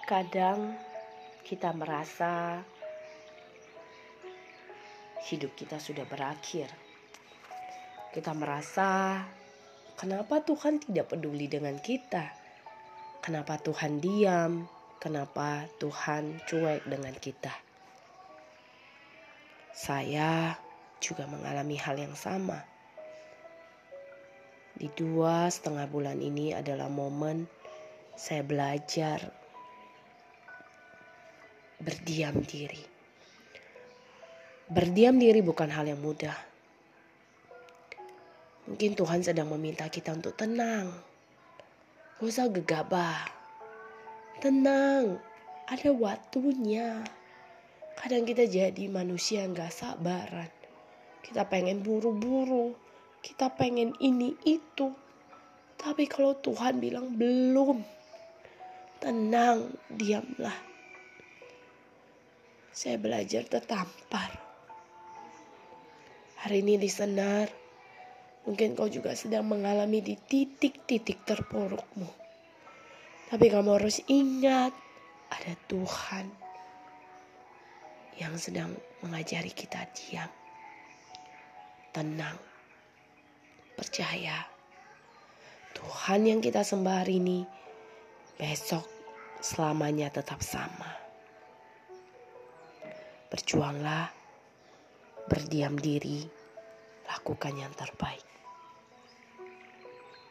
Kadang kita merasa hidup kita sudah berakhir. Kita merasa, kenapa Tuhan tidak peduli dengan kita? Kenapa Tuhan diam? Kenapa Tuhan cuek dengan kita? Saya juga mengalami hal yang sama. Di 2,5 bulan ini adalah momen saya belajar berdiam diri. Berdiam diri bukan hal yang mudah. Mungkin Tuhan sedang meminta kita untuk tenang. Gak usah gegabah. Tenang, ada waktunya. Kadang kita jadi manusia yang gak sabaran. Kita pengen buru-buru. Kita pengen ini itu. Tapi kalau Tuhan bilang belum. Tenang, diamlah. Saya belajar tertampar. Hari ini listener, mungkin kau juga sedang mengalami di titik-titik terpurukmu. Tapi kamu harus ingat, ada Tuhan yang sedang mengajari kita diam. Tenang, percaya. Tuhan yang kita sembah hari ini, besok selamanya tetap sama. Berjuanglah, berdiam diri, lakukan yang terbaik.